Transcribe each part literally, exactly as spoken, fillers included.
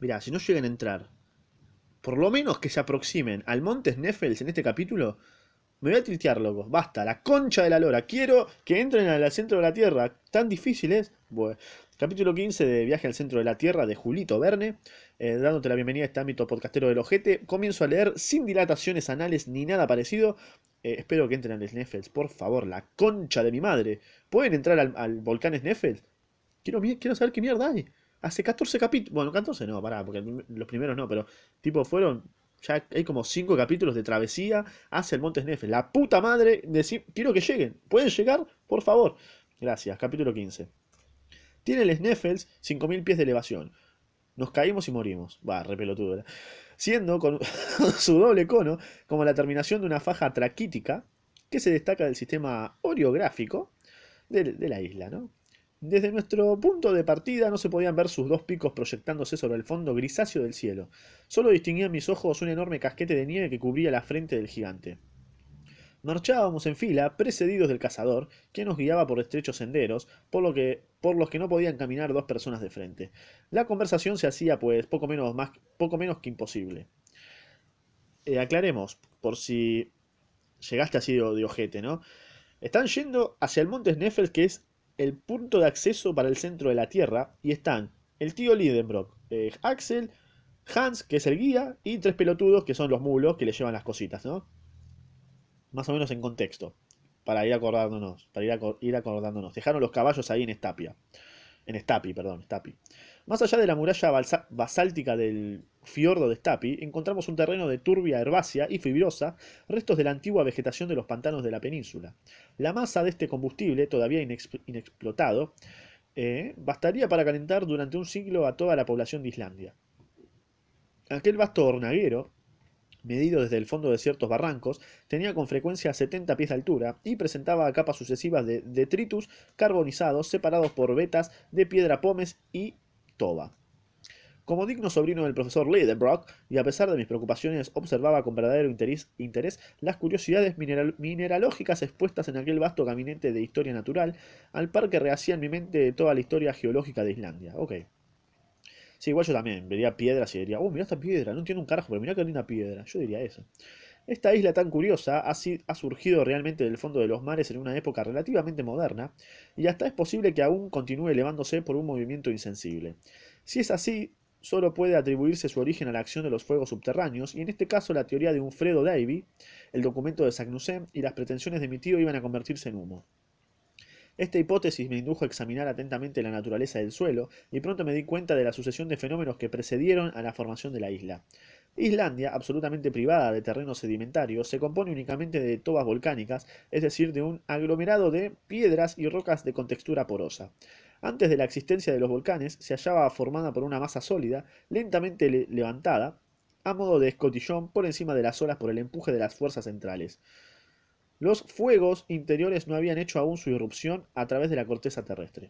Mirá, si no llegan a entrar, por lo menos que se aproximen al Monte Sneffels en este capítulo, me voy a tiltear, loco. Basta, la concha de la lora. Quiero que entren al centro de la Tierra. ¿Tan difícil es? Bueno, capítulo quince de Viaje al centro de la Tierra de Julito Verne. Eh, dándote la bienvenida a este ámbito podcastero del ojete. Comienzo a leer sin dilataciones anales ni nada parecido. Eh, espero que entren al Sneffels, por favor. La concha de mi madre. ¿Pueden entrar al, al volcán Sneffels? Quiero, quiero saber qué mierda hay. Hace catorce capítulos. Bueno, catorce no, pará, porque los primeros no, pero tipo fueron. Ya hay como cinco capítulos de travesía hacia el Monte Sneffels. La puta madre. Decir, quiero que lleguen. ¿Pueden llegar? Por favor. Gracias. Capítulo quince. Tiene el Sneffels cinco mil pies de elevación. Nos caímos y morimos. Va, re pelotudo. ¿Verdad? Siendo con su doble cono como la terminación de una faja traquítica que se destaca del sistema oreográfico de, de la isla, ¿no? Desde nuestro punto de partida no se podían ver sus dos picos proyectándose sobre el fondo grisáceo del cielo. Solo distinguían mis ojos un enorme casquete de nieve que cubría la frente del gigante. Marchábamos en fila, precedidos del cazador, que nos guiaba por estrechos senderos, por, lo que, por los que no podían caminar dos personas de frente. La conversación se hacía, pues, poco menos, más, poco menos que imposible. Eh, aclaremos, por si llegaste así de, de ojete, ¿no? Están yendo hacia el monte Sneffels, que es el punto de acceso para el centro de la Tierra, y están el tío Lidenbrock, eh, Axel, Hans, que es el guía, y tres pelotudos, que son los mulos, que le llevan las cositas, ¿no? Más o menos en contexto, para ir acordándonos, para ir, acor ir acordándonos. Dejaron los caballos ahí en Stapia, en Stapi, perdón, Stapi. Más allá de la muralla basáltica del fiordo de Stapi, encontramos un terreno de turbia herbácea y fibrosa, restos de la antigua vegetación de los pantanos de la península. La masa de este combustible, todavía inexp inexplotado, eh, bastaría para calentar durante un siglo a toda la población de Islandia. Aquel vasto hornaguero, medido desde el fondo de ciertos barrancos, tenía con frecuencia setenta pies de altura y presentaba capas sucesivas de detritus carbonizados separados por vetas de piedra pómez y toba. Como digno sobrino del profesor Lidenbrock, y a pesar de mis preocupaciones, observaba con verdadero interés, interés las curiosidades mineral, mineralógicas expuestas en aquel vasto gabinete de historia natural, al par que rehacía en mi mente toda la historia geológica de Islandia. Ok. Sí, igual yo también vería piedras y diría, oh, mira esta piedra, no entiendo un carajo, pero mira que linda piedra. Yo diría eso. Esta isla tan curiosa ha, si- ha surgido realmente del fondo de los mares en una época relativamente moderna, y hasta es posible que aún continúe elevándose por un movimiento insensible. Si es así, solo puede atribuirse su origen a la acción de los fuegos subterráneos, y en este caso la teoría de un Fredo Davy, el documento de Sagnussem y las pretensiones de mi tío iban a convertirse en humo. Esta hipótesis me indujo a examinar atentamente la naturaleza del suelo, y pronto me di cuenta de la sucesión de fenómenos que precedieron a la formación de la isla. Islandia, absolutamente privada de terreno sedimentario, se compone únicamente de tobas volcánicas, es decir, de un aglomerado de piedras y rocas de contextura porosa. Antes de la existencia de los volcanes, se hallaba formada por una masa sólida, lentamente le levantada, a modo de escotillón por encima de las olas por el empuje de las fuerzas centrales. Los fuegos interiores no habían hecho aún su irrupción a través de la corteza terrestre.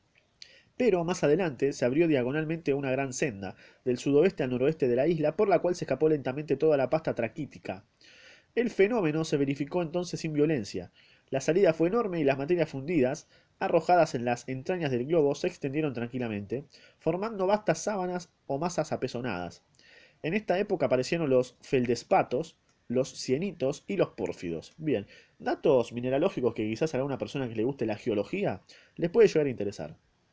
Pero más adelante se abrió diagonalmente una gran senda, del sudoeste al noroeste de la isla, por la cual se escapó lentamente toda la pasta traquítica. El fenómeno se verificó entonces sin violencia. La salida fue enorme y las materias fundidas, arrojadas en las entrañas del globo, se extendieron tranquilamente, formando vastas sábanas o masas apezonadas. En esta época aparecieron los feldespatos, los cienitos y los pórfidos. Bien, datos mineralógicos que quizás a alguna persona que le guste la geología les puede llegar a interesar.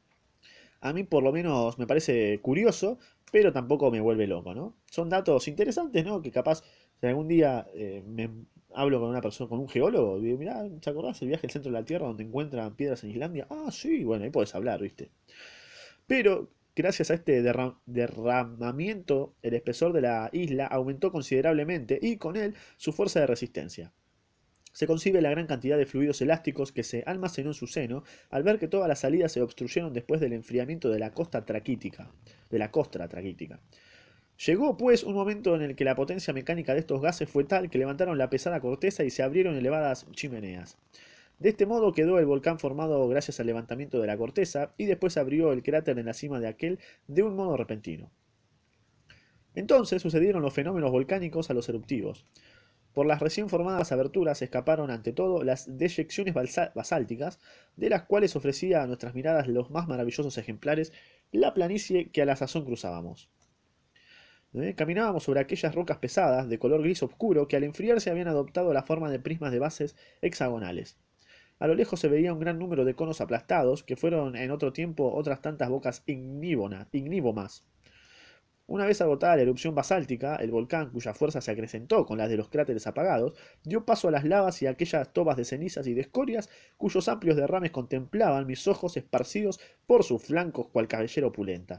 A mí por lo menos me parece curioso, pero tampoco me vuelve loco, ¿no? Son datos interesantes, ¿no? Que capaz, si algún día eh, me hablo con una persona, con un geólogo, y digo, mirá, ¿te acordás el viaje al centro de la Tierra donde encuentran piedras en Islandia? Ah, sí, bueno, ahí podés hablar, ¿viste? Pero gracias a este derra- derramamiento, el espesor de la isla aumentó considerablemente y con él su fuerza de resistencia. Se concibe la gran cantidad de fluidos elásticos que se almacenó en su seno al ver que todas las salidas se obstruyeron después del enfriamiento de la costa traquítica, de la costra traquítica. Llegó pues un momento en el que la potencia mecánica de estos gases fue tal que levantaron la pesada corteza y se abrieron elevadas chimeneas. De este modo quedó el volcán formado gracias al levantamiento de la corteza y después abrió el cráter en la cima de aquel de un modo repentino. Entonces sucedieron los fenómenos volcánicos a los eruptivos. Por las recién formadas aberturas escaparon ante todo las deyecciones basálticas, de las cuales ofrecía a nuestras miradas los más maravillosos ejemplares la planicie que a la sazón cruzábamos. ¿Eh? Caminábamos sobre aquellas rocas pesadas, de color gris oscuro, que al enfriarse habían adoptado la forma de prismas de bases hexagonales. A lo lejos se veía un gran número de conos aplastados, que fueron en otro tiempo otras tantas bocas ignívonas, ignívomas. Una vez agotada la erupción basáltica, el volcán, cuya fuerza se acrecentó con las de los cráteres apagados, dio paso a las lavas y a aquellas tobas de cenizas y de escorias cuyos amplios derrames contemplaban mis ojos esparcidos por sus flancos cual cabellera opulenta.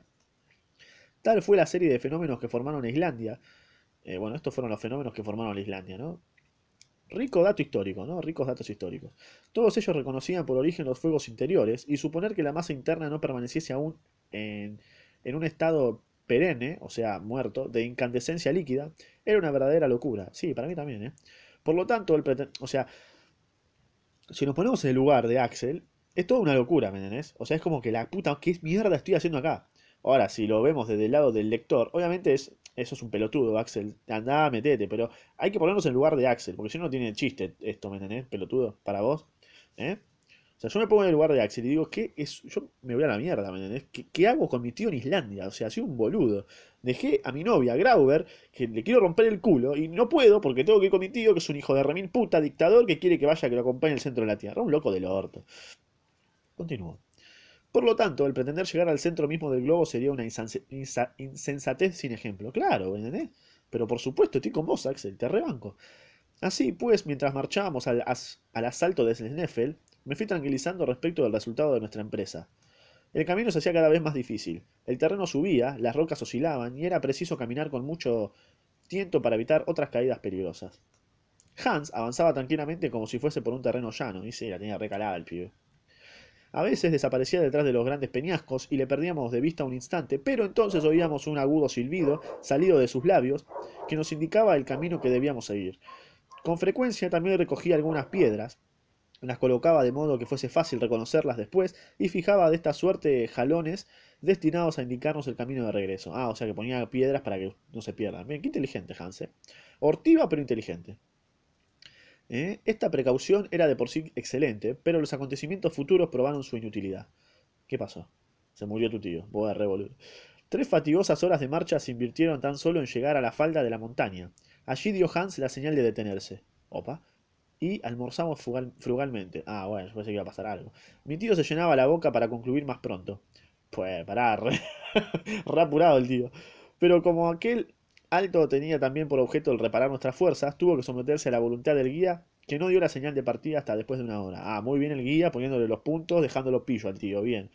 Tal fue la serie de fenómenos que formaron Islandia. Eh, bueno, estos fueron los fenómenos que formaron la Islandia, ¿no? Rico dato histórico, ¿no? Ricos datos históricos. Todos ellos reconocían por origen los fuegos interiores y suponer que la masa interna no permaneciese aún en, en un estado perenne, o sea, muerto, de incandescencia líquida, era una verdadera locura. Sí, para mí también, ¿eh? Por lo tanto, el preten- o sea, si nos ponemos en el lugar de Axel, es toda una locura, ¿me entendés? O sea, es como que la puta, ¿qué mierda estoy haciendo acá? Ahora, si lo vemos desde el lado del lector, obviamente es, eso es un pelotudo, Axel. Andá, metete, pero hay que ponernos en el lugar de Axel, porque si no, no tiene chiste esto, ¿me entendés? Pelotudo, para vos. ¿Eh? O sea, yo me pongo en el lugar de Axel y digo, ¿qué es? Yo me voy a la mierda, ¿me entendés? ¿Qué, qué hago con mi tío en Islandia? O sea, soy un boludo. Dejé a mi novia, Grauber, que le quiero romper el culo, y no puedo porque tengo que ir con mi tío, que es un hijo de remil puta, dictador, que quiere que vaya, que lo acompañe al centro de la Tierra. Un loco del orto. Continúo. Por lo tanto, el pretender llegar al centro mismo del globo sería una insanse- insa- insensatez sin ejemplo. Claro, ¿entendés? Pero por supuesto, estoy con vos, Axel, te rebanco. Así pues, mientras marchábamos al, as- al asalto de Sneffel, me fui tranquilizando respecto del resultado de nuestra empresa. El camino se hacía cada vez más difícil. El terreno subía, las rocas oscilaban y era preciso caminar con mucho tiento para evitar otras caídas peligrosas. Hans avanzaba tranquilamente como si fuese por un terreno llano, y sí, la tenía recalada el pibe. A veces desaparecía detrás de los grandes peñascos y le perdíamos de vista un instante, pero entonces oíamos un agudo silbido salido de sus labios que nos indicaba el camino que debíamos seguir. Con frecuencia también recogía algunas piedras, las colocaba de modo que fuese fácil reconocerlas después y fijaba de esta suerte jalones destinados a indicarnos el camino de regreso. Ah, o sea que ponía piedras para que no se pierdan. Bien, qué inteligente, Hans. ¿Eh? Hortiva pero inteligente. ¿Eh? Esta precaución era de por sí excelente, pero los acontecimientos futuros probaron su inutilidad. ¿Qué pasó? Se murió tu tío. Voy a revolver. Tres fatigosas horas de marcha se invirtieron tan solo en llegar a la falda de la montaña. Allí dio Hans la señal de detenerse. Opa. Y almorzamos frugal- frugalmente. Ah, bueno, yo pensé que iba a pasar algo. Mi tío se llenaba la boca para concluir más pronto. Pues, pará, re, re apurado el tío. Pero como aquel alto tenía también por objeto el reparar nuestras fuerzas, tuvo que someterse a la voluntad del guía, que no dio la señal de partida hasta después de una hora. Ah, muy bien el guía, poniéndole los puntos, dejándolo pillo al tío, bien.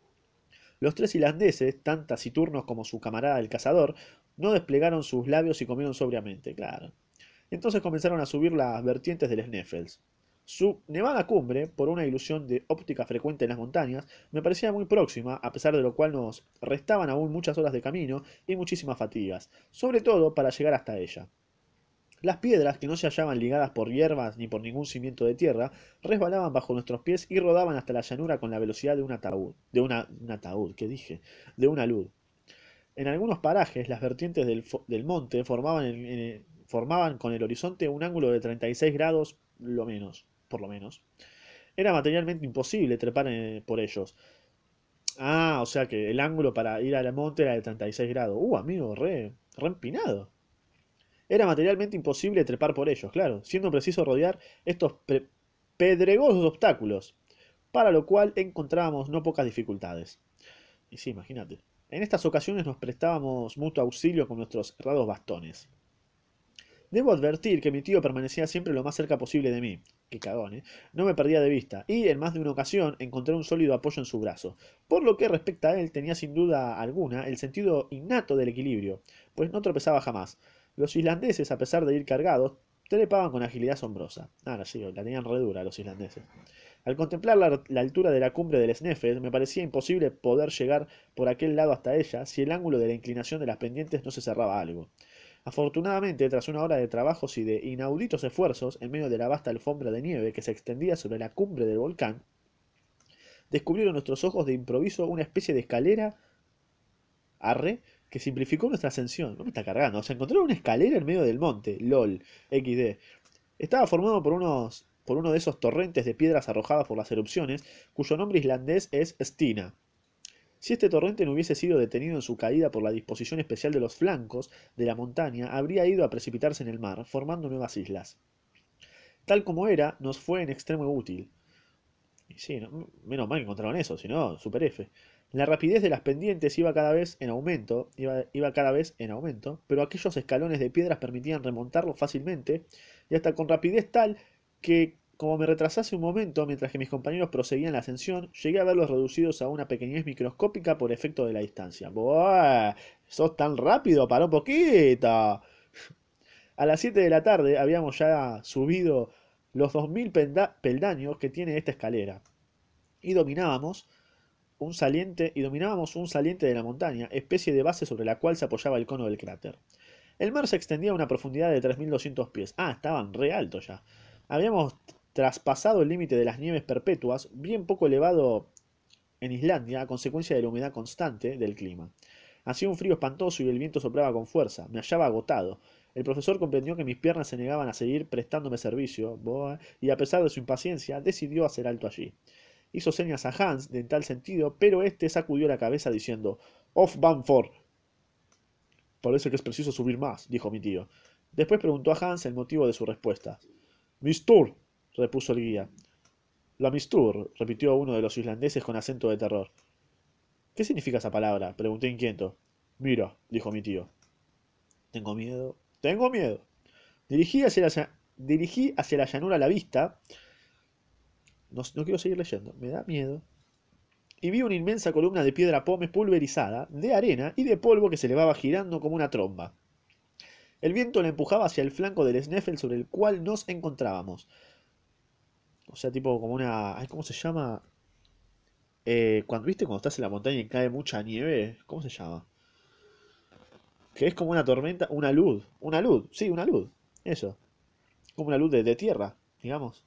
Los tres islandeses, tan taciturnos como su camarada el cazador, no desplegaron sus labios y comieron sobriamente, claro. Entonces comenzaron a subir las vertientes del Sneffels. Su nevada cumbre, por una ilusión de óptica frecuente en las montañas, me parecía muy próxima, a pesar de lo cual nos restaban aún muchas horas de camino y muchísimas fatigas, sobre todo para llegar hasta ella. Las piedras, que no se hallaban ligadas por hierbas ni por ningún cimiento de tierra, resbalaban bajo nuestros pies y rodaban hasta la llanura con la velocidad de un ataúd. De una, un ataúd, ¿qué dije? De una luz. En algunos parajes, las vertientes del, del monte formaban, en- en- formaban con el horizonte un ángulo de treinta y seis grados, lo menos, por lo menos. Era materialmente imposible trepar eh, por ellos. Ah, o sea que el ángulo para ir al monte era de treinta y seis grados. Uh, amigo, re, re empinado. Era materialmente imposible trepar por ellos, claro, siendo preciso rodear estos pedregosos obstáculos, para lo cual encontrábamos no pocas dificultades. Y sí, imagínate. En estas ocasiones nos prestábamos mutuo auxilio con nuestros errados bastones. Debo advertir que mi tío permanecía siempre lo más cerca posible de mí. Qué cagón, ¿eh? No me perdía de vista, y en más de una ocasión encontré un sólido apoyo en su brazo. Por lo que respecta a él, tenía sin duda alguna el sentido innato del equilibrio, pues no tropezaba jamás. Los islandeses, a pesar de ir cargados, trepaban con agilidad asombrosa. Ah, sí, la tenían re dura los islandeses. Al contemplar la, la altura de la cumbre del Sneffels, me parecía imposible poder llegar por aquel lado hasta ella si el ángulo de la inclinación de las pendientes no se cerraba algo. Afortunadamente, tras una hora de trabajos y de inauditos esfuerzos, en medio de la vasta alfombra de nieve que se extendía sobre la cumbre del volcán, descubrieron nuestros ojos de improviso una especie de escalera arre que simplificó nuestra ascensión. No me está cargando. O sea, encontraron una escalera en medio del monte. LOL. equis de. Estaba formado por unos por uno de esos torrentes de piedras arrojadas por las erupciones, cuyo nombre islandés es Stina. Si este torrente no hubiese sido detenido en su caída por la disposición especial de los flancos de la montaña, habría ido a precipitarse en el mar, formando nuevas islas. Tal como era, nos fue en extremo útil. Y sí, no, menos mal que encontraron eso, si no, super F. La rapidez de las pendientes iba cada vez en aumento, iba, iba cada vez en aumento, pero aquellos escalones de piedras permitían remontarlo fácilmente y hasta con rapidez tal que, como me retrasase un momento mientras que mis compañeros proseguían la ascensión, llegué a verlos reducidos a una pequeñez microscópica por efecto de la distancia. ¡Buah! ¡Sos tan rápido! ¡Para un poquito! A las siete de la tarde habíamos ya subido los dos mil peldaños que tiene esta escalera y dominábamos un saliente y dominábamos un saliente de la montaña, especie de base sobre la cual se apoyaba el cono del cráter. El mar se extendía a una profundidad de tres mil doscientos pies. Ah, estaban re altos ya. Habíamos traspasado el límite de las nieves perpetuas, bien poco elevado en Islandia a consecuencia de la humedad constante del clima. Hacía un frío espantoso y el viento soplaba con fuerza. Me hallaba agotado. El profesor comprendió que mis piernas se negaban a seguir prestándome servicio, boa, y a pesar de su impaciencia, decidió hacer alto allí. Hizo señas a Hans en tal sentido, pero este sacudió la cabeza diciendo: Off Banford. Parece que es preciso subir más, dijo mi tío. Después preguntó a Hans el motivo de su respuesta. Mistur, repuso el guía. La Mistur, repitió uno de los islandeses con acento de terror. ¿Qué significa esa palabra? Pregunté inquieto. Mira, dijo mi tío. Tengo miedo. Tengo miedo. Dirigí hacia la, dirigí hacia la llanura a la vista. No, no quiero seguir leyendo. Me da miedo. Y vi una inmensa columna de piedra pómez pulverizada, de arena y de polvo que se elevaba girando como una tromba. El viento la empujaba hacia el flanco del Sneffel sobre el cual nos encontrábamos. O sea, tipo como una... ¿Cómo se llama? Eh, cuando viste cuando estás en la montaña y cae mucha nieve, ¿cómo se llama? Que es como una tormenta, una luz, una luz, sí, una luz, eso, como una luz de, de tierra, digamos.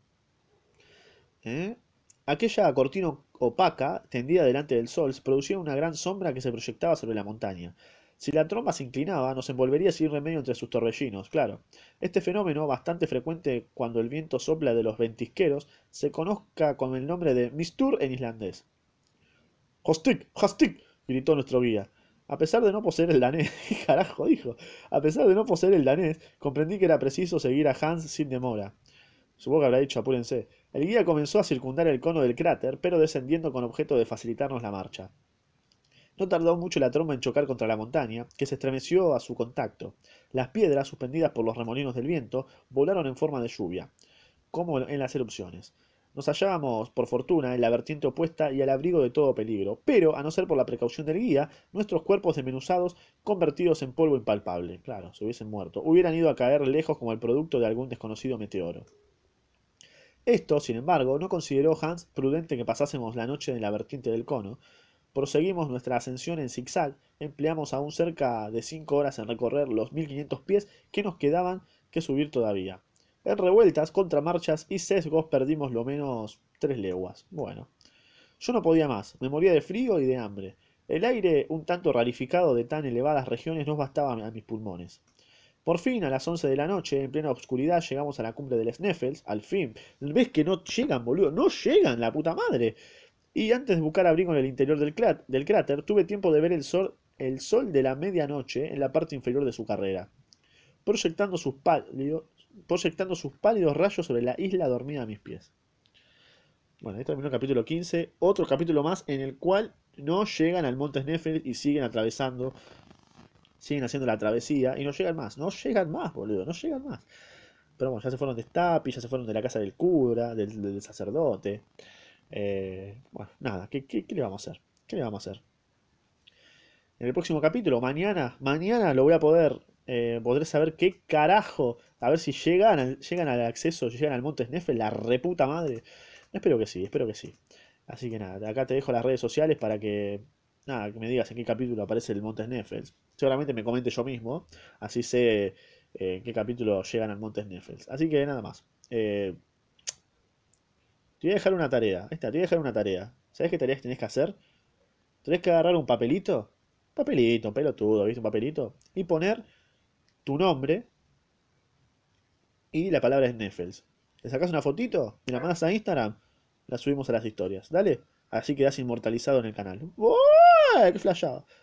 ¿Eh? Aquella cortina opaca, tendida delante del sol, producía una gran sombra que se proyectaba sobre la montaña. Si la tromba se inclinaba, nos envolvería sin remedio entre sus torbellinos, claro. Este fenómeno, bastante frecuente cuando el viento sopla de los ventisqueros, se conozca con el nombre de mistur en islandés. ¡Hostik! ¡Hostik! Gritó nuestro guía. A pesar de no poseer el danés, ¿qué carajo dijo? A pesar de no poseer el danés, comprendí que era preciso seguir a Hans sin demora. Supongo que habrá dicho apúrense. El guía comenzó a circundar el cono del cráter, pero descendiendo con objeto de facilitarnos la marcha. No tardó mucho la tromba en chocar contra la montaña, que se estremeció a su contacto. Las piedras, suspendidas por los remolinos del viento, volaron en forma de lluvia, como en las erupciones. Nos hallábamos, por fortuna, en la vertiente opuesta y al abrigo de todo peligro, pero, a no ser por la precaución del guía, nuestros cuerpos desmenuzados, convertidos en polvo impalpable, claro, se hubiesen muerto, hubieran ido a caer lejos como el producto de algún desconocido meteoro. Esto, sin embargo, no consideró Hans prudente que pasásemos la noche en la vertiente del cono. Proseguimos nuestra ascensión en zigzag, empleamos aún cerca de cinco horas en recorrer los mil quinientos pies que nos quedaban que subir todavía. En revueltas, contramarchas y sesgos perdimos lo menos tres leguas. Bueno, yo no podía más, me moría de frío y de hambre. El aire, un tanto rarificado de tan elevadas regiones, no bastaba a mis pulmones. Por fin, a las once de la noche, en plena oscuridad, llegamos a la cumbre del Sneffels. Al fin. ¿Ves que no llegan, boludo? No llegan, la puta madre. Y antes de buscar abrigo en el interior del, del cráter, tuve tiempo de ver el sol, el sol de la medianoche en la parte inferior de su carrera, proyectando sus, pálidos, proyectando sus pálidos rayos sobre la isla dormida a mis pies. Bueno, ahí terminó el capítulo quince. Otro capítulo más en el cual no llegan al monte Sneffels y siguen atravesando, siguen haciendo la travesía y no llegan más. No llegan más, boludo, no llegan más. Pero bueno, ya se fueron de Stapi, ya se fueron de la casa del cura, del, del sacerdote. Eh, bueno, nada, ¿qué, qué, ¿qué le vamos a hacer? ¿Qué le vamos a hacer? En el próximo capítulo, mañana, mañana lo voy a poder, eh, podré saber qué carajo, a ver si llegan al, llegan al acceso, si llegan al Monte Sneffel, la reputa madre. Espero que sí, espero que sí. Así que nada, acá te dejo las redes sociales para que, nada, que me digas en qué capítulo aparece el Monte Sneffels. Seguramente me comente yo mismo, así sé eh, en qué capítulo llegan al Monte Sneffels. Así que nada más. Eh, te voy a dejar una tarea. Esta, te voy a dejar una tarea. ¿Sabes qué tareas tenés que hacer? Tenés que agarrar un papelito. Papelito, un pelotudo, ¿viste? Un papelito. Y poner tu nombre y la palabra Sneffels. Le sacás una fotito, me la mandas a Instagram, la subimos a las historias. Dale. Así quedás inmortalizado en el canal. ¡Oh! ¡ay, qué flashado!